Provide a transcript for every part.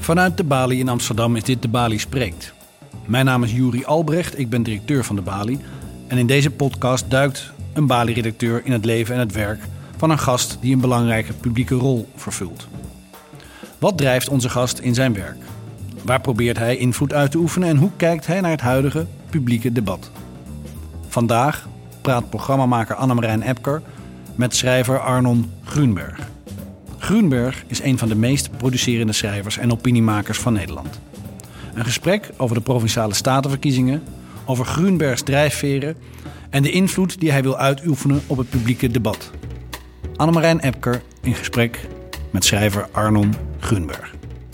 Vanuit de Bali in Amsterdam is dit De Bali Spreekt. Mijn naam is Juri Albrecht, ik ben directeur van De Bali. En in deze podcast duikt een Bali-redacteur in het leven en het werk van een gast die een belangrijke publieke rol vervult. Wat drijft onze gast in zijn werk? Waar probeert hij invloed uit te oefenen en hoe kijkt hij naar het huidige publieke debat? Vandaag praat programmamaker Annemarijn Epker met schrijver Arnon Grunberg. Grunberg is een van de meest producerende schrijvers en opiniemakers van Nederland. Een gesprek over de Provinciale Statenverkiezingen, over Grunbergs drijfveren en de invloed die hij wil uitoefenen op het publieke debat. Annemarijn Epker in gesprek met schrijver Arnon Grunberg.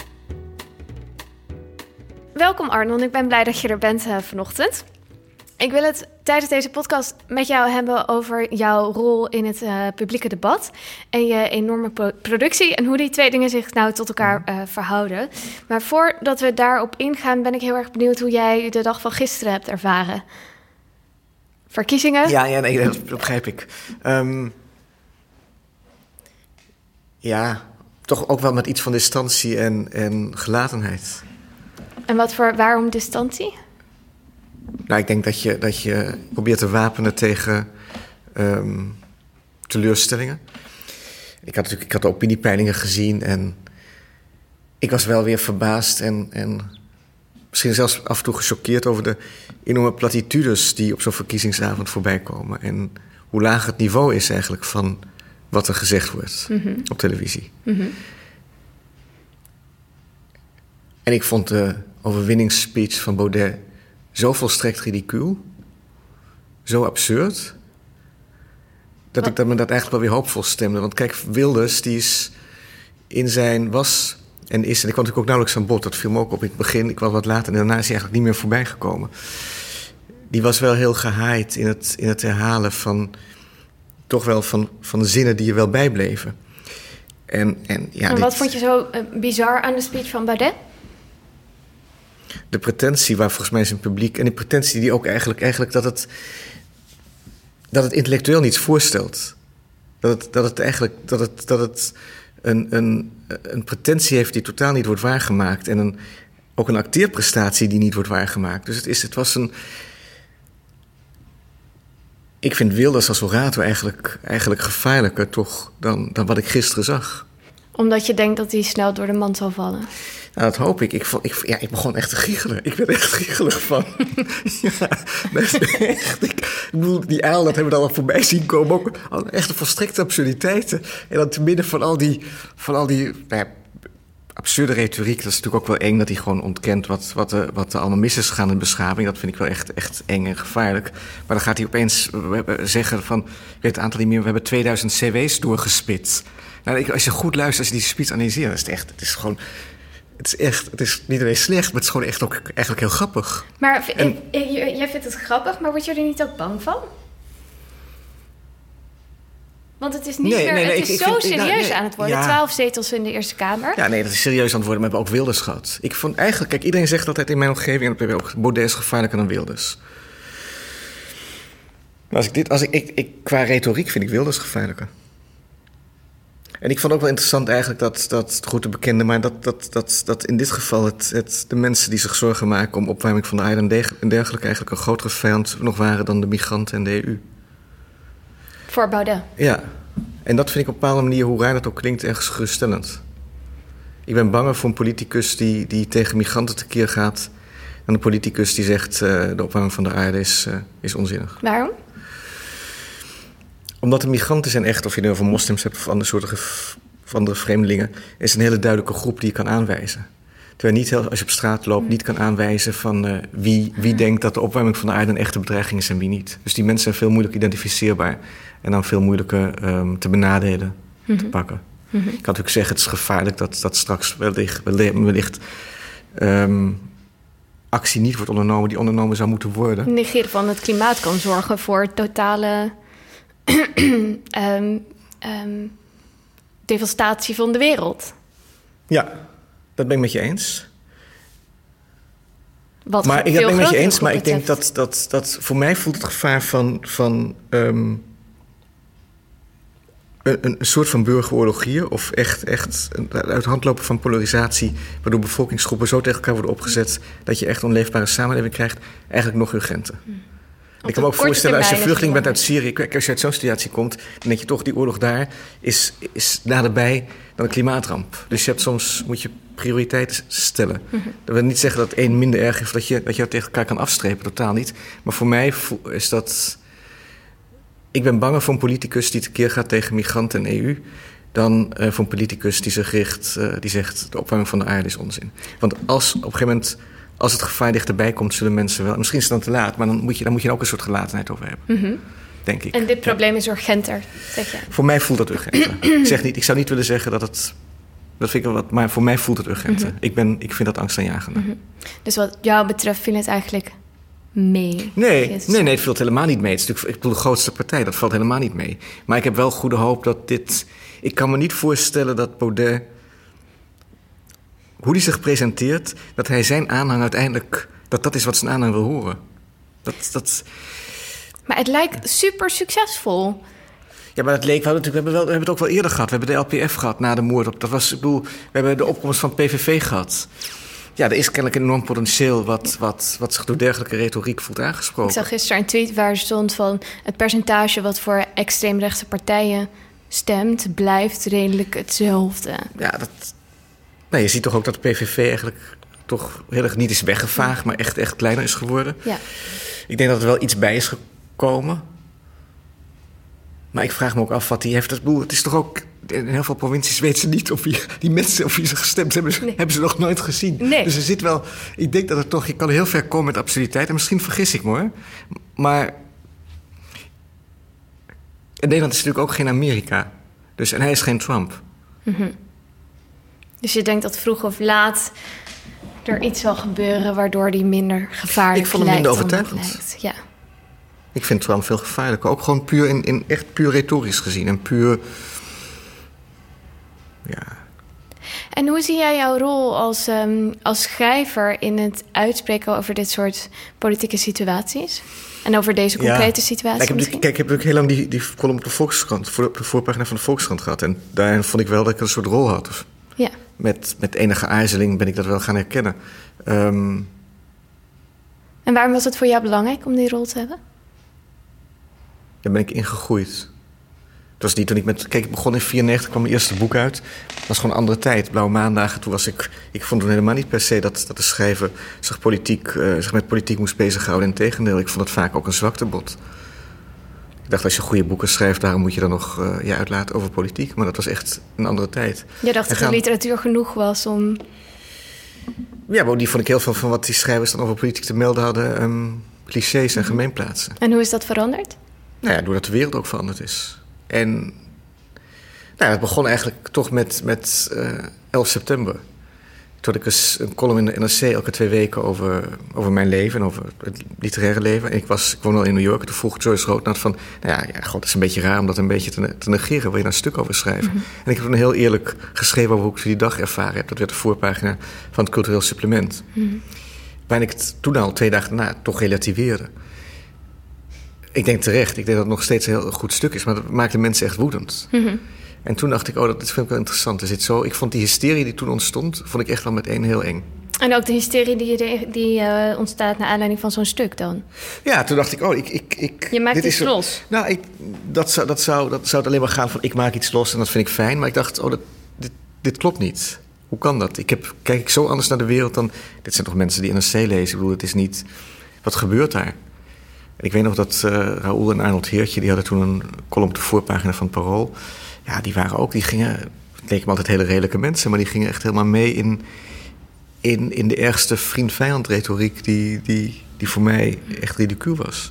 Welkom Arnon, ik ben blij dat je er bent vanochtend. Ik wil het tijdens deze podcast met jou hebben over jouw rol in het publieke debat en je enorme productie en hoe die twee dingen zich nou tot elkaar verhouden. Maar voordat we daarop ingaan ben ik heel erg benieuwd hoe jij de dag van gisteren hebt ervaren. Verkiezingen? Ja, nee, dat begrijp ik. Toch ook wel met iets van distantie en gelatenheid. En waarom distantie? Nou, ik denk dat je probeert te wapenen tegen teleurstellingen. Ik had de opiniepeilingen gezien en ik was wel weer verbaasd en misschien zelfs af en toe gechoqueerd over de enorme platitudes die op zo'n verkiezingsavond voorbij komen. En hoe laag het niveau is eigenlijk van wat er gezegd wordt op televisie. Mm-hmm. En ik vond de overwinningsspeech van Baudet zo volstrekt ridicuul, zo absurd, dat me dat eigenlijk wel weer hoopvol stemde. Want kijk, Wilders, die is in zijn was en is, en ik kwam natuurlijk ook nauwelijks aan bod, dat viel me ook op in het begin, ik was wat later en daarna is hij eigenlijk niet meer voorbij gekomen. Die was wel heel gehaaid in het herhalen van, toch wel van de zinnen die je wel bijbleven. En wat vond je zo bizar aan de speech van Baudet? De pretentie waar volgens mij zijn publiek, en die pretentie die ook eigenlijk dat het intellectueel niets voorstelt. Dat het een pretentie heeft die totaal niet wordt waargemaakt. En ook een acteerprestatie die niet wordt waargemaakt. Dus het was een. Ik vind Wilders als orator eigenlijk gevaarlijker toch dan wat ik gisteren zag. Omdat je denkt dat hij snel door de mand zal vallen? Nou, dat hoop ik. Ik begon echt te giechelen. Ik werd echt giechelig van. Ik bedoel, die uil, dat hebben we dan al voorbij zien komen. Ook echt een volstrekte absurditeiten. En dan te midden van al die absurde retoriek. Dat is natuurlijk ook wel eng dat hij gewoon ontkent wat er allemaal mis is gegaan in de beschaving. Dat vind ik wel echt eng en gevaarlijk. Maar dan gaat hij opeens zeggen van, ik weet het aantal niet meer, we hebben 2000 CW's doorgespit. Nou, als je goed luistert, als je die speech analyseert, het is niet alleen slecht, maar het is gewoon echt ook eigenlijk heel grappig. Maar jij vindt het grappig, maar word je er niet ook bang van? Want het is niet het is zo serieus aan het worden. Ja. 12 zetels in de Eerste Kamer. Ja, nee, dat is serieus aan het worden, maar we hebben ook Wilders gehad. Ik vond eigenlijk, kijk, iedereen zegt altijd in mijn omgeving, en dat heb ook, Baudet is gevaarlijker dan Wilders. Maar qua retoriek vind ik Wilders gevaarlijker. En ik vond ook wel interessant eigenlijk dat goed te bekennen, maar dat in dit geval de mensen die zich zorgen maken om opwarming van de aarde en dergelijke eigenlijk een grotere vijand nog waren dan de migranten en de EU. Voor Baudet? Ja, en dat vind ik op een bepaalde manier, hoe raar dat ook klinkt, ergens geruststellend. Ik ben banger voor een politicus die tegen migranten tekeer gaat dan een politicus die zegt de opwarming van de aarde is onzinnig. Waarom? Omdat de migranten zijn echt, of je nu over moslims hebt of andere soorten andere vreemdelingen, is een hele duidelijke groep die je kan aanwijzen. Terwijl je niet, als je op straat loopt, niet kan aanwijzen van wie denkt dat de opwarming van de aarde een echte bedreiging is en wie niet. Dus die mensen zijn veel moeilijker identificeerbaar en dan veel moeilijker te benadelen, te pakken. Mm-hmm. Ik kan natuurlijk zeggen, het is gevaarlijk dat straks wellicht actie niet wordt ondernomen die ondernomen zou moeten worden. Negeren van het klimaat kan zorgen voor totale devastatie van de wereld. Ja, dat ben ik met je eens. Ik ben met je eens, maar ik denk dat voor mij voelt het gevaar van een soort van burgeroorlog hier, of echt uit de hand lopen van polarisatie, waardoor bevolkingsgroepen zo tegen elkaar worden opgezet dat je echt een onleefbare samenleving krijgt, eigenlijk nog urgenter. Ik kan me ook voorstellen, als je vluchteling bent uit Syrië, als je uit zo'n situatie komt, dan denk je toch, die oorlog daar is naderbij dan een klimaatramp. Dus moet je prioriteiten stellen. Dat wil niet zeggen dat het een minder erg is, dat je dat tegen elkaar kan afstrepen, totaal niet. Maar voor mij is dat... Ik ben banger voor een politicus die tekeer gaat tegen migranten en EU... dan voor een politicus die zich richt, die zegt... de opwarming van de aarde is onzin. Want op een gegeven moment, als het gevaar dichterbij komt... zullen mensen wel... Misschien is het dan te laat, maar dan moet je er ook een soort gelatenheid over hebben. Denk ik. En dit probleem is urgenter, zeg je? Voor mij voelt dat urgenter. Ik zou niet willen zeggen dat het... Dat vind ik wel wat, maar voor mij voelt het urgenter. Ik vind dat angstaanjagende. Dus wat jou betreft viel het eigenlijk... mee. Nee, het valt helemaal niet mee. Het is natuurlijk, ik bedoel, de grootste partij, dat valt helemaal niet mee. Maar ik heb wel goede hoop dat dit... Ik kan me niet voorstellen dat Baudet... hoe hij zich presenteert, dat hij zijn aanhang uiteindelijk... dat is wat zijn aanhang wil horen. Maar het lijkt super succesvol. Ja, maar dat leek wel natuurlijk... We hebben het ook wel eerder gehad. We hebben de LPF gehad na de moord op... we hebben de opkomst van het PVV gehad... Ja, er is kennelijk een enorm potentieel wat zich door dergelijke retoriek voelt aangesproken. Ik zag gisteren een tweet waar stond van... het percentage wat voor extreemrechtse partijen stemt... blijft redelijk hetzelfde. Ja, je ziet toch ook dat de PVV eigenlijk toch heel erg niet is weggevaagd... maar echt kleiner is geworden. Ja. Ik denk dat er wel iets bij is gekomen. Maar ik vraag me ook af wat hij heeft. Het is toch ook... In heel veel provincies weten ze niet of die mensen op wie ze gestemd hebben... hebben ze nog nooit gezien. Nee. Dus er zit wel... Ik denk dat het toch... Je kan heel ver komen met absurditeit. En misschien vergis ik me, hoor. Maar... Nederland is natuurlijk ook geen Amerika. En hij is geen Trump. Dus je denkt dat vroeg of laat... er iets zal gebeuren waardoor die minder gevaarlijk lijkt. Ik vond hem minder overtuigend. Ja. Ik vind Trump veel gevaarlijker. Ook gewoon puur echt puur retorisch gezien. En puur... Ja. En hoe zie jij jouw rol als schrijver in het uitspreken over dit soort politieke situaties? En over deze concrete situatie ik heb natuurlijk heel lang die column op de Volkskrant, op de voorpagina van de Volkskrant gehad. En daarin vond ik wel dat ik een soort rol had. Ja. Met enige aarzeling ben ik dat wel gaan herkennen. En waarom was het voor jou belangrijk om die rol te hebben? Daar ben ik ingegroeid. Het was niet toen ik begon in 1994, kwam mijn eerste boek uit. Het was gewoon een andere tijd. Blauwe Maandagen, toen was ik vond toen helemaal niet per se dat de schrijver zich met politiek moest bezighouden. Integendeel, ik vond het vaak ook een zwaktebod. Ik dacht, als je goede boeken schrijft, daarom moet je dan nog uitlaten over politiek. Maar dat was echt een andere tijd. Je dacht dat de literatuur genoeg was om... Ja, maar die vond ik heel veel van wat die schrijvers dan over politiek te melden hadden... clichés en gemeenplaatsen. En hoe is dat veranderd? Nou ja, doordat de wereld ook veranderd is. En het begon eigenlijk toch met 11 september. Toen had ik een column in de NRC elke 2 weken over mijn leven en over het literaire leven. En ik woonde al in New York en toen vroeg Joyce Roodnat van... God, het is een beetje raar om dat een beetje te negeren. Wil je daar een stuk over schrijven? En ik heb toen heel eerlijk geschreven over hoe ik die dag ervaren heb. Dat werd de voorpagina van het Cultureel Supplement. Waarin ik het toen al 2 dagen daarna toch relativeerde. Ik denk terecht. Ik denk dat het nog steeds een heel goed stuk is. Maar dat maakt de mensen echt woedend. En toen dacht ik, dat vind ik wel interessant. Ik vond die hysterie die toen ontstond... vond ik echt wel meteen heel eng. En ook de hysterie die ontstaat naar aanleiding van zo'n stuk dan? Ja, toen dacht ik, je maakt iets los. Nou, dat zou het alleen maar gaan van... ik maak iets los en dat vind ik fijn. Maar ik dacht, dit klopt niet. Hoe kan dat? Kijk ik zo anders naar de wereld dan... Dit zijn toch mensen die NRC lezen? Ik bedoel, het is niet... Wat gebeurt daar? En ik weet nog dat Raoul en Arnold Heertje... die hadden toen een column op de voorpagina van het Parool... Ja, die gingen... Het leken me altijd hele redelijke mensen... maar die gingen echt helemaal mee in de ergste vriend-vijand retoriek... die voor mij echt ridicuul was.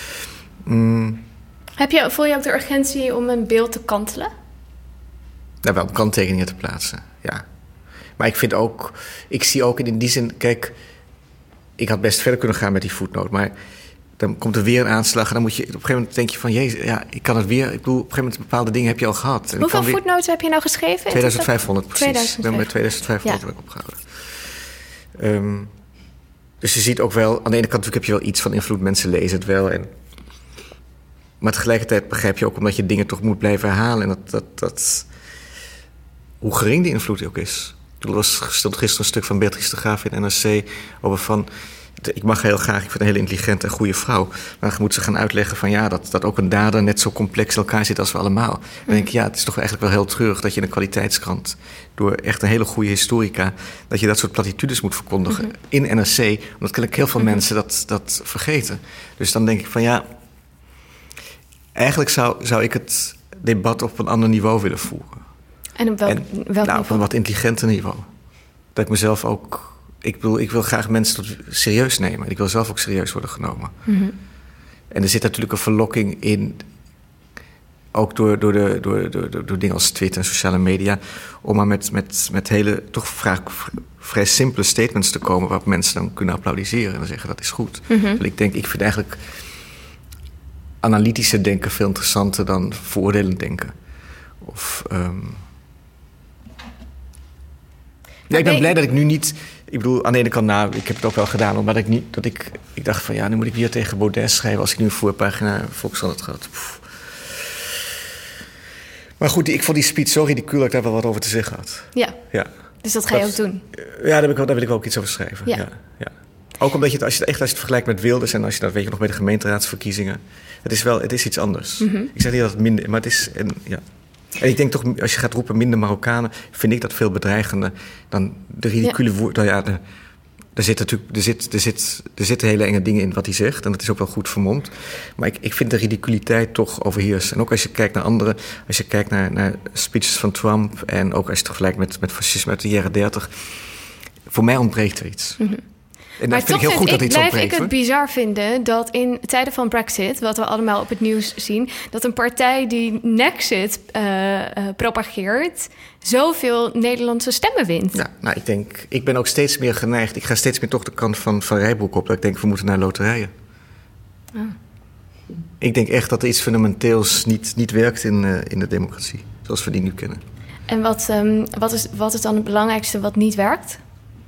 Voel je ook de urgentie om een beeld te kantelen? Nou, wel om kanttekeningen te plaatsen, ja. Maar ik zie ook in die zin... Kijk, ik had best verder kunnen gaan met die voetnoot... maar dan komt er weer een aanslag... en dan moet je op een gegeven moment denk je van... Jezus, ja, ik kan het weer... Ik bedoel, op een gegeven moment bepaalde dingen heb je al gehad. En hoeveel voetnoten heb je nou geschreven? 2500 precies. Ik ben bij 2500 heb ik opgehouden. Dus je ziet ook wel... Aan de ene kant natuurlijk heb je wel iets van invloed. Mensen lezen het wel. En Maar tegelijkertijd begrijp je ook omdat je dingen toch moet blijven herhalen. En hoe gering die invloed ook is. Er stond gisteren een stuk van Beatrice de Graaf in NRC over van... Ik mag heel graag, ik vind een hele intelligente en goede vrouw. Maar dan moet ze gaan uitleggen van dat ook een dader net zo complex in elkaar zit als we allemaal. Dan denk ik, het is toch eigenlijk wel heel treurig dat je in een kwaliteitskrant, door echt een hele goede historica, dat je dat soort platitudes moet verkondigen in NRC. Omdat kennelijk heel veel mensen dat vergeten. Dus dan denk ik van eigenlijk zou ik het debat op een ander niveau willen voeren. En op welk niveau? Op een wat intelligenter niveau. Dat ik mezelf ook... Ik wil graag mensen serieus nemen. Ik wil zelf ook serieus worden genomen. Mm-hmm. En er zit natuurlijk een verlokking in... ook door dingen als Twitter en sociale media... om maar met hele, toch vrij simpele statements te komen... waarop mensen dan kunnen applaudisseren en dan zeggen dat is goed. Mm-hmm. Ik vind eigenlijk analytische denken veel interessanter dan veroordelend denken. Of... ik ben blij dat ik nu niet... Ik bedoel, aan de ene kant, ik heb het ook wel gedaan... omdat ik dacht van, nu moet ik weer tegen Baudet schrijven... als ik nu een voorpagina Volkskrant had gehad. Pff. Maar goed, ik vond die speech zo ridicuul... dat ik daar wel wat over te zeggen had. Ja. Dus dat ga je ook doen? Ja, daar wil ik wel ook iets over schrijven. Ja. Ook omdat je als je het vergelijkt met Wilders... en als je dat weet je nog bij de gemeenteraadsverkiezingen... het is iets anders. Mm-hmm. Ik zeg niet dat het minder... maar het is... En ik denk toch, als je gaat roepen minder Marokkanen... vind ik dat veel bedreigender dan de ridicule woorden. Er zitten hele enge dingen in wat hij zegt... en dat is ook wel goed vermomd. Maar ik vind de ridiculiteit toch overheersen. En ook als je kijkt naar anderen... als je kijkt naar speeches van Trump... en ook als je het vergelijkt met fascisme uit de jaren 30... voor mij ontbreekt er iets. Mm-hmm. En maar toch blijf ik het bizar vinden dat in tijden van Brexit... wat we allemaal op het nieuws zien... dat een partij die Nexit propageert... zoveel Nederlandse stemmen wint. Ja, ik ben ook steeds meer geneigd... ik ga steeds meer toch de kant van Rijbroek op... dat ik denk, we moeten naar loterijen. Oh. Ik denk echt dat er iets fundamenteels niet werkt in de democratie... zoals we die nu kennen. En wat is dan het belangrijkste wat niet werkt?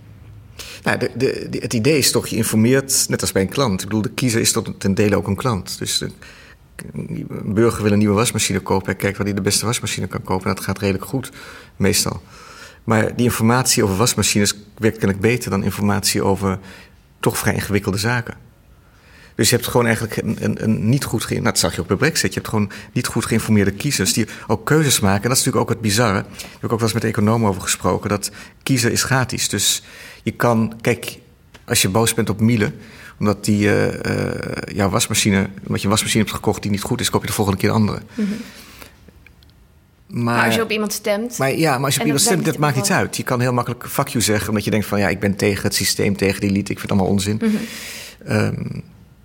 Het idee is toch, je informeert, net als bij een klant. Ik bedoel, de kiezer is tot ten dele ook een klant. Dus een burger wil een nieuwe wasmachine kopen... en kijkt waar hij de beste wasmachine kan kopen. En dat gaat redelijk goed, meestal. Maar die informatie over wasmachines werkt kennelijk beter... dan informatie over toch vrij ingewikkelde zaken. Dus je hebt gewoon eigenlijk een niet goed... dat zag je ook bij Brexit. Je hebt gewoon niet goed geïnformeerde kiezers... die ook keuzes maken. En dat is natuurlijk ook het bizarre. Daar heb ik ook wel eens met economen over gesproken... dat kiezen is gratis. Dus je kan... Kijk, als je boos bent op Miele... omdat die jouw wasmachine... omdat je een wasmachine hebt gekocht die niet goed is... koop je de volgende keer een andere. Mm-hmm. Maar als je op iemand stemt... Maar als je op iemand stemt, dat maakt niets uit. Je kan heel makkelijk fuck you zeggen... omdat je denkt van, ik ben tegen het systeem... tegen die elite, ik vind het allemaal onzin. Mm-hmm.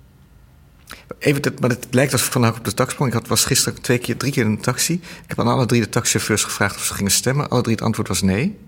Maar het lijkt alsof ik vandaag op de dak sprong. Ik was gisteren 3 keer in een taxi. Ik heb aan alle 3 de taxichauffeurs gevraagd of ze gingen stemmen. Alle 3 het antwoord was nee.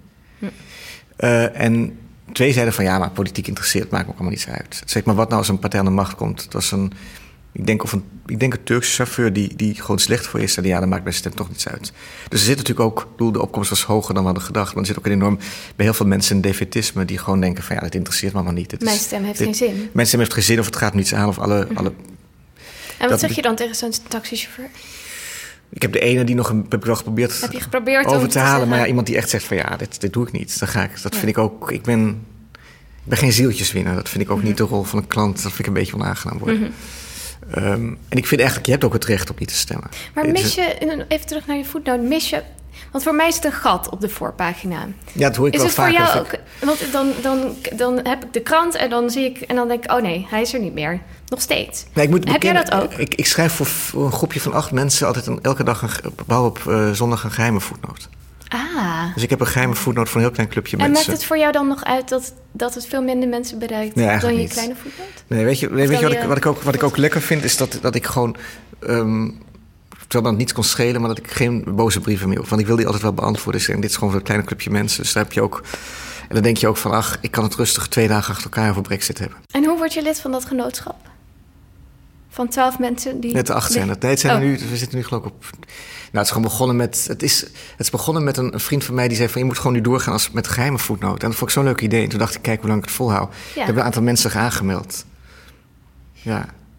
En 2 zeiden van maar politiek interesseert, maakt me ook allemaal niets uit. Zeg maar, wat nou als een partij aan de macht komt? Het was ik denk een Turkse chauffeur die gewoon slecht voor is. En dan maakt mijn stem toch niets uit. Dus er zit natuurlijk ook, de opkomst was hoger dan we hadden gedacht. Maar er zit ook enorm bij heel veel mensen een defetisme die gewoon denken van dit interesseert me allemaal niet. Mijn stem heeft geen zin. Mijn stem heeft geen zin of het gaat me niets aan of alle. En wat zeg je dan tegen zo'n taxichauffeur? Ik heb de ene die heb ik wel geprobeerd, over te halen. Maar iemand die echt zegt van dit doe ik niet. Dat vind ik ook. Ik ben geen zieltjeswinnaar. Dat vind ik ook niet de rol van een klant. Dat vind ik een beetje onaangenaam worden. Mm-hmm. En ik vind eigenlijk, je hebt ook het recht om niet te stemmen. Maar mis je, even terug naar je voetnoot, want voor mij is het een gat op de voorpagina. Ja, dat hoor ik is wel vaker. Is het voor jou ook? Want dan heb ik de krant en dan zie ik... en dan denk ik, oh nee, hij is er niet meer. Nog steeds. Nee, heb jij dat ook? Ik schrijf voor een groepje van 8 mensen... altijd elke dag, behalve op zondag, een geheime voetnoot. Ah. Dus ik heb een geheime voetnoot voor een heel klein clubje mensen. En maakt het voor jou dan nog uit dat het veel minder mensen bereikt... dan je kleine voetnoot? Nee, weet je wat ik ook lekker vind... is dat ik gewoon... terwijl dat niets kon schelen, maar dat ik geen boze brieven meer hoef. Want ik wil die altijd wel beantwoorden. Dus dit is gewoon voor een klein clubje mensen. Dus daar heb je ook... En dan denk je ook van, ik kan het rustig 2 dagen achter elkaar over Brexit hebben. En hoe word je lid van dat genootschap? Van 12 mensen die... Net de 8 zijn het. Nee, we zitten nu geloof ik op... het is gewoon begonnen met... Het is begonnen met een vriend van mij die zei van... je moet gewoon nu doorgaan met een geheime voetnoot. En dat vond ik zo'n leuk idee. En toen dacht ik, kijk hoe lang ik het volhoud. Er hebben een aantal mensen zich aangemeld. Ja.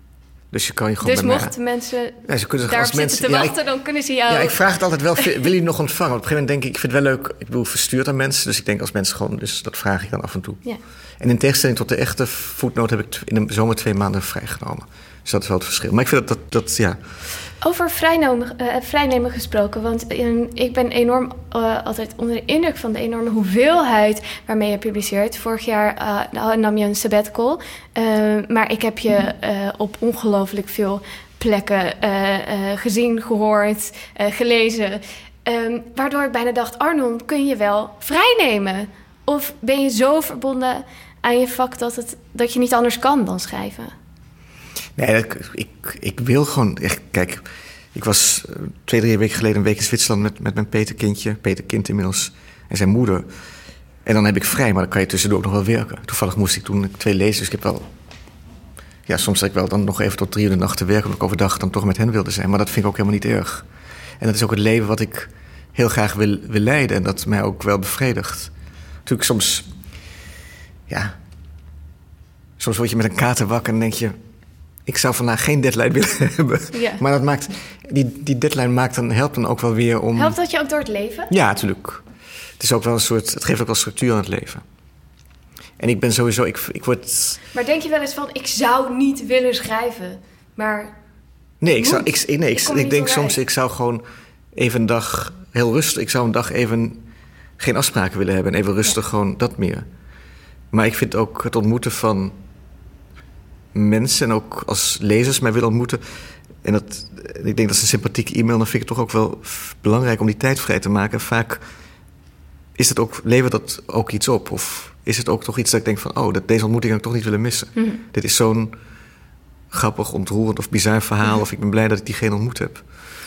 Dus je kan je gewoon Dus bij mij... mochten mensen ze kunnen daarop zitten te wachten, dan kunnen ze jou... Ja, ik vraag het altijd wel, wil je nog ontvangen? Want op een gegeven moment denk ik vind het wel leuk... Ik bedoel, verstuurd aan mensen. Dus ik denk als mensen gewoon... Dus dat vraag ik dan af en toe. Ja. En in tegenstelling tot de echte voetnoot... heb ik in de zomer 2 maanden vrijgenomen. Dus dat is wel het verschil. Maar ik vind dat ja... Over vrijnemen gesproken, want ik ben enorm altijd onder de indruk van de enorme hoeveelheid waarmee je publiceert. Vorig jaar nam je een sabbatical, maar ik heb je op ongelooflijk veel plekken gezien, gehoord, gelezen. Waardoor ik bijna dacht, Arnon, kun je wel vrijnemen? Of ben je zo verbonden aan je vak dat je niet anders kan dan schrijven? Nee, ik wil gewoon echt... Kijk, ik was 2-3 weken geleden een week in Zwitserland met mijn Peterkind inmiddels, en zijn moeder. En dan heb ik vrij, maar dan kan je tussendoor ook nog wel werken. Toevallig moest ik toen 2 lezen, dus ik heb wel... Ja, soms zat ik wel dan nog even tot 3 uur de nacht te werken, omdat ik overdag dan toch met hen wilde zijn. Maar dat vind ik ook helemaal niet erg. En dat is ook het leven wat ik heel graag wil leiden en dat mij ook wel bevredigt. Natuurlijk soms... Ja... Soms word je met een kater wakker en denk je... Ik zou vandaag geen deadline willen hebben. Ja. Maar dat maakt, die deadline helpt dan ook wel weer om... Helpt dat je ook door het leven? Ja, natuurlijk. Het is ook wel een soort... Het geeft ook wel structuur aan het leven. En ik ben sowieso... Ik word... Maar denk je wel eens van... Ik zou niet willen schrijven, maar... Nee, ik denk soms... Ik zou gewoon even een dag heel rustig... Ik zou een dag even geen afspraken willen hebben... en even rustig gewoon dat meer. Maar ik vind ook het ontmoeten van... mensen en ook als lezers mij willen ontmoeten. En ik denk dat is een sympathieke e-mail. Dan vind ik het toch ook wel belangrijk om die tijd vrij te maken. Vaak is het ook, levert dat ook iets op. Of is het ook toch iets dat ik denk van... deze ontmoeting had ik toch niet willen missen. Mm-hmm. Dit is zo'n grappig, ontroerend of bizar verhaal... Mm-hmm. Of ik ben blij dat ik diegene ontmoet heb.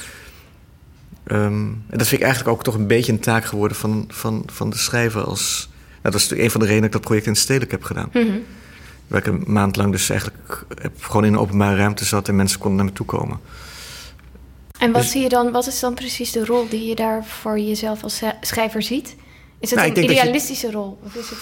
En dat vind ik eigenlijk ook toch een beetje een taak geworden van de schrijver. Dat is natuurlijk een van de redenen dat ik dat project in het Stedelijk heb gedaan. Mm-hmm. Waar ik een maand lang dus eigenlijk gewoon in een openbare ruimte zat... en mensen konden naar me toe komen. En wat is dan precies de rol die je daar voor jezelf als schrijver ziet? Is het een idealistische rol? Of is het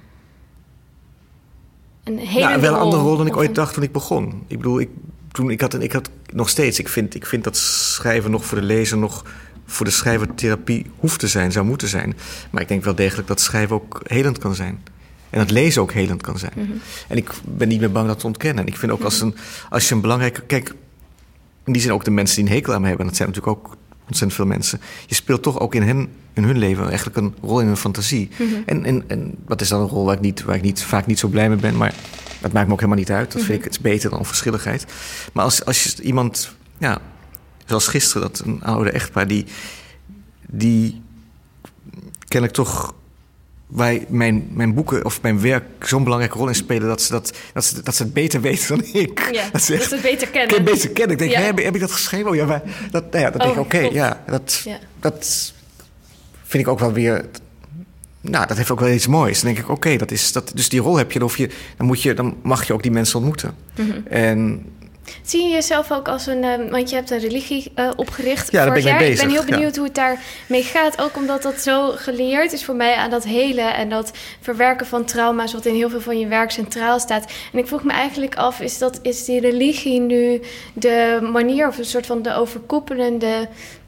een hele rol? Wel een andere rol dan ik ooit dacht toen ik begon. Ik bedoel, ik had nog steeds... Ik vind dat schrijven nog voor de lezer... nog voor de schrijver therapie hoeft te zijn, zou moeten zijn. Maar ik denk wel degelijk dat schrijven ook helend kan zijn. En dat lezen ook helend kan zijn. Mm-hmm. En ik ben niet meer bang dat te ontkennen. En ik vind ook als je een belangrijke... Kijk, in die zin ook de mensen die een hekel aan me hebben... en dat zijn natuurlijk ook ontzettend veel mensen... je speelt toch ook in hun leven eigenlijk een rol in hun fantasie. Mm-hmm. En wat is dan een rol waar ik vaak niet zo blij mee ben... maar dat maakt me ook helemaal niet uit. Dat vind ik het beter dan onverschilligheid. Maar als je iemand... Ja, zoals gisteren, dat een oude echtpaar... die kennelijk toch... waar mijn boeken of mijn werk zo'n belangrijke rol in spelen... dat ze het beter weten dan ik. Ja, dat ze het beter kennen. Ik denk, heb ik dat geschreven? Oh ja, maar dat denk ik, oké. Dat vind ik ook wel weer... Nou, dat heeft ook wel iets moois. Dan denk ik, oké, dus die rol heb je... Dan mag je ook die mensen ontmoeten. Mm-hmm. En... Zie je jezelf ook als want je hebt een religie opgericht ja, vorig jaar. Bezig. Ik ben heel benieuwd hoe het daarmee gaat. Ook omdat dat zo geleerd is voor mij aan dat helen... en dat verwerken van trauma's... wat in heel veel van je werk centraal staat. En ik vroeg me eigenlijk af... is die religie nu de manier... of een soort van de overkoepelende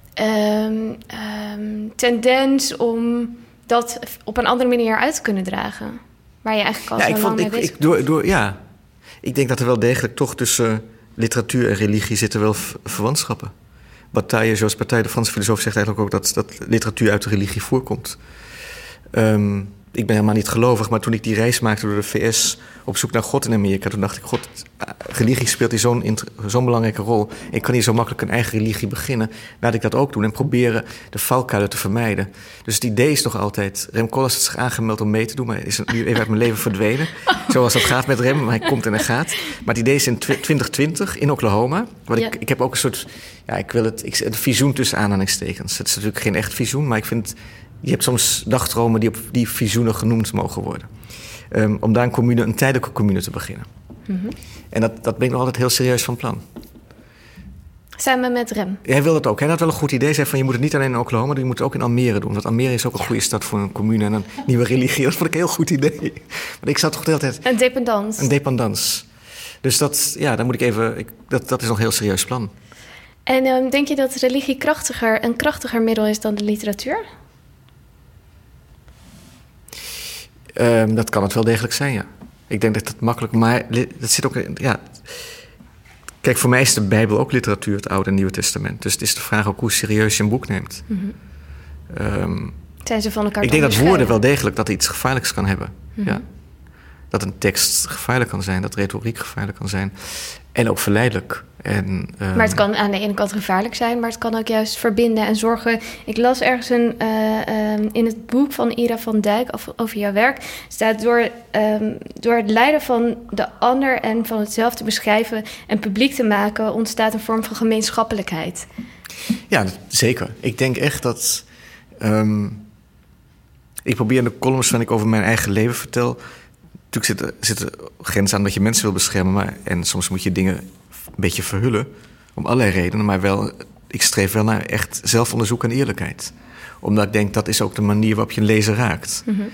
tendens... om dat op een andere manier uit te kunnen dragen? Waar je eigenlijk al zo lang mee bezig bent. Ik denk dat er wel degelijk toch tussen... literatuur en religie zitten wel verwantschappen. Bataille, zoals Bataille, de Franse filosoof, zegt eigenlijk ook dat literatuur uit de religie voorkomt. Ik ben helemaal niet gelovig, maar toen ik die reis maakte door de VS op zoek naar God in Amerika, toen dacht ik, God, religie speelt hier zo'n belangrijke rol. Ik kan hier zo makkelijk een eigen religie beginnen. Laat ik dat ook doen en proberen de valkuilen te vermijden. Dus het idee is nog altijd... Rem Koolhaas heeft zich aangemeld om mee te doen, maar is nu even uit mijn leven verdwenen. Zoals dat gaat met Rem, maar hij komt en hij gaat. Maar het idee is in 2020 in Oklahoma. Ik heb ook een soort... Ja, het visioen tussen aanhalingstekens. Het is natuurlijk geen echt visioen, maar ik vind... Je hebt soms dagdromen die op die visioenen genoemd mogen worden. Om daar een tijdelijke commune te beginnen. Mm-hmm. En dat ben ik nog altijd heel serieus van plan. Samen met Rem? Hij wil dat ook. Hij had wel een goed idee. Hij zei van, je moet het niet alleen in Oklahoma doen, je moet het ook in Almere doen. Want Almere is ook een goede stad voor een commune en een nieuwe religie. Dat vond ik een heel goed idee. Want ik zat toch de hele tijd... Een dependance. Een dependance. Dus daar moet ik even... Dat is nog een heel serieus plan. En denk je dat religie een krachtiger middel is dan de literatuur? Dat kan het wel degelijk zijn, ja. Ik denk dat makkelijk... Maar dat zit ook... Ja. Kijk, voor mij is de Bijbel ook literatuur, het Oude en Nieuwe Testament. Dus het is de vraag ook hoe serieus je een boek neemt. Mm-hmm. Zijn ze van elkaar ik denk dat woorden wel degelijk dat iets gevaarlijks kan hebben. Mm-hmm. Ja. Dat een tekst gevaarlijk kan zijn, dat retoriek gevaarlijk kan zijn. En ook verleidelijk. Maar het kan aan de ene kant gevaarlijk zijn, maar het kan ook juist verbinden en zorgen. Ik las ergens in het boek van Ira van Dijk over jouw werk, staat door het lijden van de ander en van het zelf te beschrijven en publiek te maken, ontstaat een vorm van gemeenschappelijkheid. Ja, zeker. Ik denk echt dat... ik probeer in de columns waarin ik over mijn eigen leven vertel... Natuurlijk zitten grenzen aan dat je mensen wil beschermen... en soms moet je dingen een beetje verhullen... om allerlei redenen, maar wel... ik streef wel naar echt zelfonderzoek en eerlijkheid. Omdat ik denk, dat is ook de manier waarop je een lezer raakt. Mm-hmm.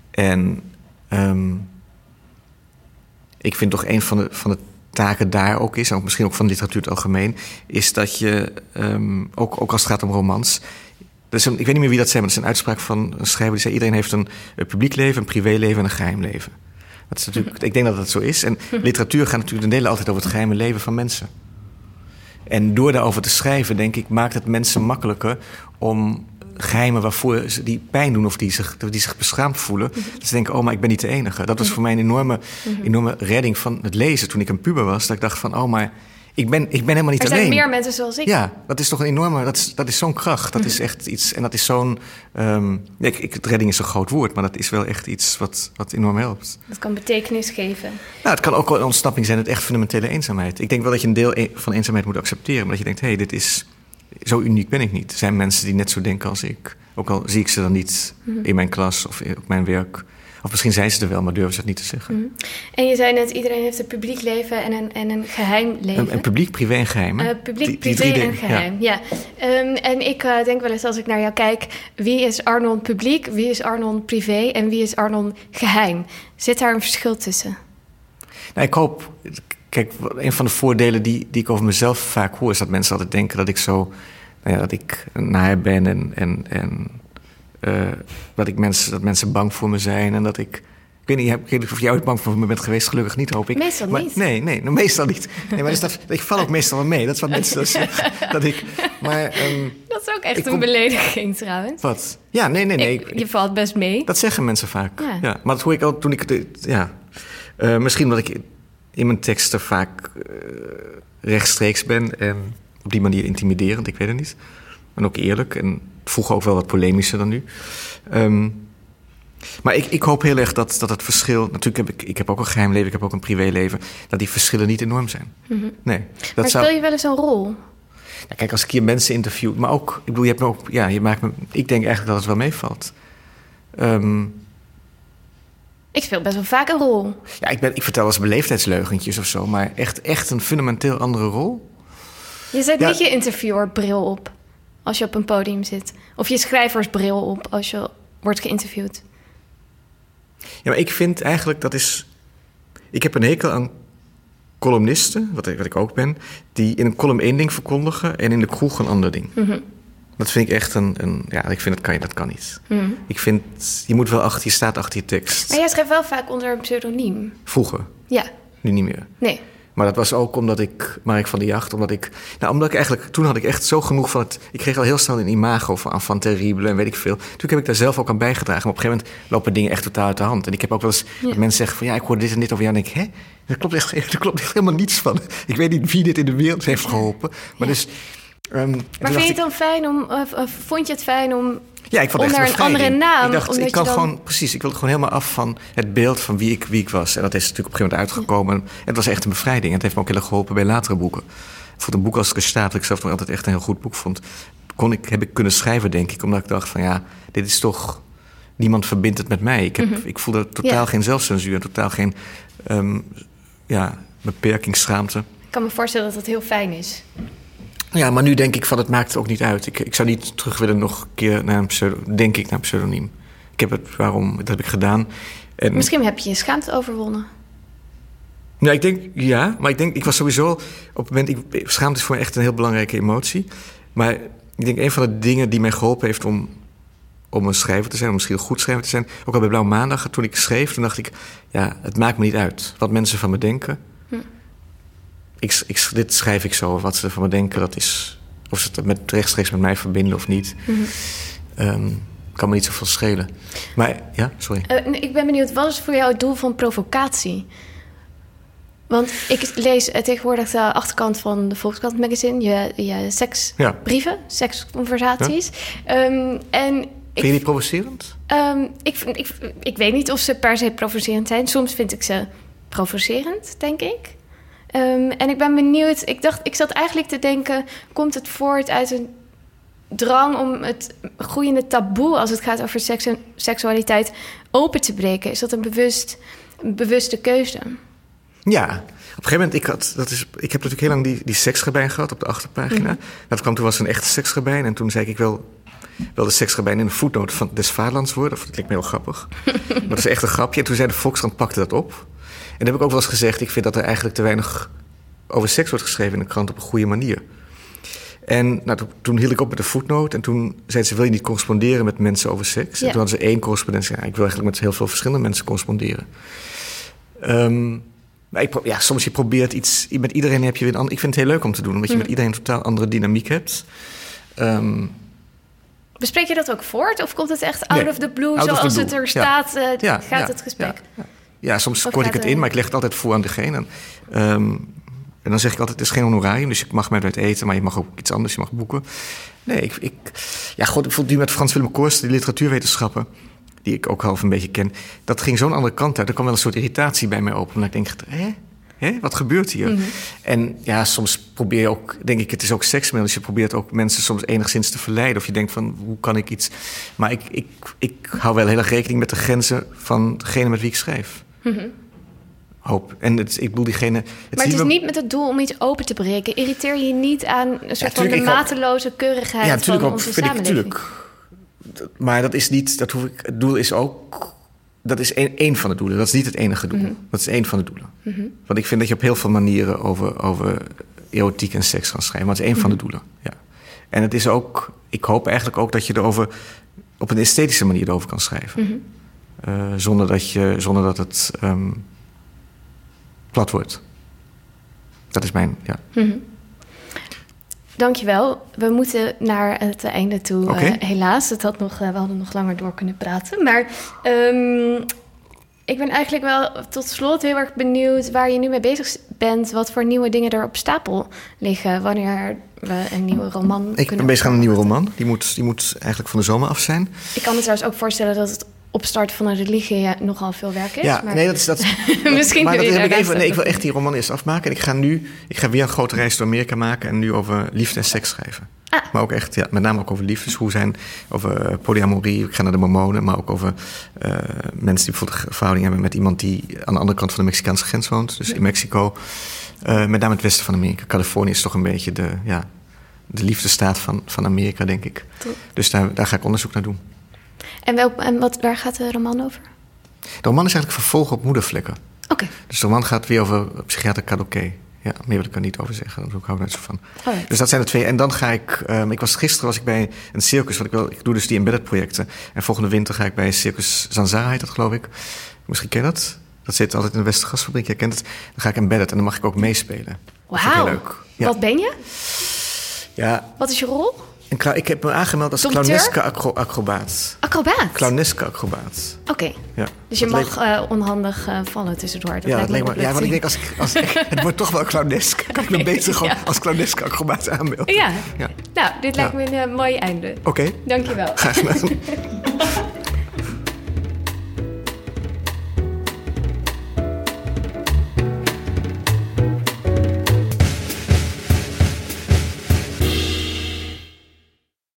En ik vind toch een van de taken daar ook is... en ook misschien ook van de literatuur in het algemeen... is dat je, ook als het gaat om romans... ik weet niet meer wie dat zei, maar dat is een uitspraak van een schrijver... die zei, iedereen heeft een publiek leven, een privéleven en een geheim leven. Dat is natuurlijk, ik denk dat dat zo is. En literatuur gaat natuurlijk ten dele altijd over het geheime leven van mensen. En door daarover te schrijven, denk ik, maakt het mensen makkelijker... om geheimen waarvoor ze die pijn doen of die zich beschaamd voelen... dat ze denken, maar ik ben niet de enige. Dat was voor mij een enorme redding van het lezen toen ik een puber was. Dat ik dacht van, maar... Ik ben helemaal niet alleen. Er zijn meer mensen zoals ik. Ja, dat is toch een enorme... Dat is zo'n kracht. Dat is echt iets... En dat is zo'n... redding is een groot woord... maar dat is wel echt iets wat enorm helpt. Dat kan betekenis geven. Nou, het kan ook wel een ontsnapping zijn... uit echt fundamentele eenzaamheid. Ik denk wel dat je een deel van eenzaamheid moet accepteren... maar dat je denkt, dit is... Zo uniek ben ik niet. Er zijn mensen die net zo denken als ik. Ook al zie ik ze dan niet in mijn klas of op mijn werk... Of misschien zijn ze er wel, maar durven ze het niet te zeggen. Mm-hmm. En je zei net, iedereen heeft een publiek leven en een geheim leven. Een publiek, privé en geheim. Publiek, privé en geheim, ja. En ik denk wel eens als ik naar jou kijk... wie is Arnon publiek, wie is Arnon privé en wie is Arnon geheim? Zit daar een verschil tussen? Nou, ik hoop... Kijk, een van de voordelen die ik over mezelf vaak hoor... is dat mensen altijd denken dat ik zo... dat ik naar ben en dat mensen bang voor me zijn en dat ik weet niet of jij ooit bang voor me bent geweest, gelukkig niet, hoop ik. Meestal niet. Nee, meestal niet. Nee, maar ik val ook meestal wel mee. Dat is wat mensen zeggen. Dat is ook echt een belediging trouwens. Wat? Ja, nee. Je valt best mee. Dat zeggen mensen vaak. Ja. Maar dat hoor ik al toen ik... misschien omdat ik in mijn teksten vaak rechtstreeks ben en op die manier intimiderend, ik weet het niet. En ook eerlijk en vroeger ook wel wat polemischer dan nu. Maar ik hoop heel erg dat het verschil... Natuurlijk ik heb ook een geheim leven, ik heb ook een privéleven... dat die verschillen niet enorm zijn. Mm-hmm. Nee. Maar speel je wel eens een rol? Ja, kijk, als ik hier mensen interview... Maar ook, ik bedoel, je hebt me ook... Ja, je maakt me... Ik denk eigenlijk dat het wel meevalt. Ik speel best wel vaak een rol. Ja, ik vertel als beleefdheidsleugentjes of zo... maar echt een fundamenteel andere rol. Je zet niet je interviewerbril op... als je op een podium zit. Of je schrijversbril op als je wordt geïnterviewd. Ja, maar ik vind eigenlijk dat is... Ik heb een hekel aan columnisten, wat ik ook ben... die in een column één ding verkondigen... en in de kroeg een ander ding. Mm-hmm. Dat vind ik echt ik vind dat kan niet. Mm-hmm. Ik vind, je staat achter je tekst. Maar jij schrijft wel vaak onder een pseudoniem. Vroeger. Ja. Nu niet meer. Nee. Maar dat was ook omdat ik... Mark van de Jacht, omdat ik eigenlijk... Toen had ik echt zo genoeg van het... Ik kreeg al heel snel een imago van terrible en weet ik veel. Toen heb ik daar zelf ook aan bijgedragen. Maar op een gegeven moment lopen dingen echt totaal uit de hand. En ik heb ook wel eens dat mensen zeggen van... ik hoor dit en dit over jou. En denk ik, daar klopt echt helemaal niets van. Ik weet niet wie dit in de wereld heeft geholpen. Maar dus... maar vind je het dan fijn vond je het fijn om... Ja, ik vond het onder echt een andere naam. Ik dacht, ik kan gewoon... Precies, ik wilde gewoon helemaal af van het beeld van wie ik was. En dat is natuurlijk op een gegeven moment uitgekomen. En het was echt een bevrijding. En het heeft me ook heel erg geholpen bij latere boeken. Voor een boek als Gestaat, dat ik zelf nog altijd echt een heel goed boek vond... heb ik kunnen schrijven, denk ik. Omdat ik dacht van dit is toch... Niemand verbindt het met mij. Ik voelde totaal geen zelfcensuur. Totaal geen beperkingsschaamte. Ik kan me voorstellen dat dat heel fijn is. Ja, maar nu denk ik van het maakt ook niet uit. Ik zou niet terug willen nog een keer naar een pseudoniem. Dat heb ik gedaan. En misschien heb je je schaamte overwonnen. Ja, ik was sowieso op het moment... Schaamte is voor mij echt een heel belangrijke emotie. Maar ik denk een van de dingen die mij geholpen heeft om een schrijver te zijn... om misschien een goed schrijver te zijn... ook al bij Blauwe Maandag, toen ik schreef... toen dacht ik, ja, het maakt me niet uit wat mensen van me denken. Dit schrijf ik zo, wat ze van me denken, dat is... of ze het rechtstreeks met mij verbinden of niet... kan me niet zoveel schelen. Maar, ja, sorry. Ik ben benieuwd, wat is voor jou het doel van provocatie? Want ik lees tegenwoordig de achterkant van de Volkskrant magazine... je seksbrieven, seksconversaties. Ja. Vind je die provocerend? Ik weet niet of ze per se provocerend zijn. Soms vind ik ze provocerend, denk ik. En ik ben benieuwd... Ik zat eigenlijk te denken... komt het voort uit een drang om het groeiende taboe... als het gaat over seksualiteit open te breken? Is dat een bewuste keuze? Ja, op een gegeven moment... Ik heb natuurlijk heel lang die seksgabijn gehad op de achterpagina. Toen was er een echte seksgabijn. En toen zei ik wel de seksgabijn in een voetnoot van des Vaderlands worden. Dat klinkt me heel grappig. Maar dat is echt een grapje. En toen zei de Volkskrant, pakte dat op. En dan heb ik ook wel eens gezegd... ik vind dat er eigenlijk te weinig over seks wordt geschreven in de krant op een goede manier. En toen hield ik op met de voetnoot. En toen zei ze, wil je niet corresponderen met mensen over seks? Ja. En toen hadden ze 1 correspondent. Ja, ik wil eigenlijk met heel veel verschillende mensen corresponderen. Maar soms je probeert iets... Met iedereen heb je weer een ander... Ik vind het heel leuk om te doen, omdat je met iedereen een totaal andere dynamiek hebt. Bespreek je dat ook voort? Of komt het echt out of the blue, zoals het er staat, gaat het gesprek? Ja, soms kort ik het in, maar ik leg het altijd voor aan degene. En dan zeg ik altijd, het is geen honorarium, dus je mag met uit eten... maar je mag ook iets anders, je mag boeken. Nee, ik vond nu met Frans Willem Koorsten, die literatuurwetenschappen... die ik ook half een beetje ken, dat ging zo'n andere kant uit. Er kwam wel een soort irritatie bij mij op. Omdat ik denk, wat gebeurt hier? En ja, soms probeer je ook, denk ik, het is ook seksmail... dus je probeert ook mensen soms enigszins te verleiden. Of je denkt van, hoe kan ik iets... Maar ik hou wel heel erg rekening met de grenzen van degene met wie ik schrijf. Hoop. En ik bedoel diegene... Maar het is niet met het doel om iets open te breken. Irriteer je niet aan een soort van de mateloze keurigheid van onze samenleving? Maar dat is niet... Het doel is ook... Dat is één van de doelen. Dat is niet het enige doel. Dat is één van de doelen. Want ik vind dat je op heel veel manieren over erotiek en seks kan schrijven. Maar het is één van de doelen. Ja. En het is ook... Ik hoop eigenlijk ook dat je erover... op een esthetische manier erover kan schrijven. Zonder dat het plat wordt. Dat is mijn... Ja. Dankjewel. We moeten naar het einde toe, Okay. Helaas. We hadden nog langer door kunnen praten. Maar ik ben eigenlijk wel tot slot heel erg benieuwd... waar je nu mee bezig bent. Wat voor nieuwe dingen er op stapel liggen. Wanneer we een nieuwe roman Ik ben bezig aan een nieuwe roman. Die moet eigenlijk van de zomer af zijn. Ik kan me trouwens ook voorstellen dat het opstart van een religie nogal veel werk is. Ja, maar... nee, dat misschien maar kun je ik wil echt die roman eerst afmaken. En ik ga weer een grote reis door Amerika maken... en nu over liefde en seks schrijven. Maar ook echt, met name ook over liefdes. Over polyamorie, ik ga naar de Mormonen... maar ook over mensen die bijvoorbeeld een verhouding hebben... met iemand die aan de andere kant van de Mexicaanse grens woont. Dus in Mexico. Met name het westen van Amerika. Californië is toch een beetje de liefdestaat van Amerika, denk ik. Top. Dus daar ga ik onderzoek naar doen. En waar gaat de roman over? De roman is eigenlijk vervolg op Moedervlekken. Oké. Dus de roman gaat weer over psychiater Kadoké. Ja, meer wil ik er niet over zeggen. Daar hou ik net zo van. Alright. Dus dat zijn de 2. En dan ga ik... Gisteren was ik bij een circus. Ik doe dus die embedded projecten. En volgende winter ga ik bij Circus Zanzara, heet dat geloof ik. Misschien ken je dat. Dat zit altijd in de Westergasfabriek. Jij kent het. Dan ga ik embedded en dan mag ik ook meespelen. Wauw. Leuk. Ja. Wat ben je? Ja. Wat is je rol? Ik heb me aangemeld als clowneske acrobaat. Acrobaat? Clowneske acrobaat. Oké. Ja. Dus je mag onhandig vallen tussendoor. Dat lijkt me want ik denk, het wordt toch wel clownesk. Kan ik me beter gewoon als clowneske acrobaat aanmelden? Ja. Nou, dit lijkt me een mooi einde. Oké. Dank je wel. Graag gedaan.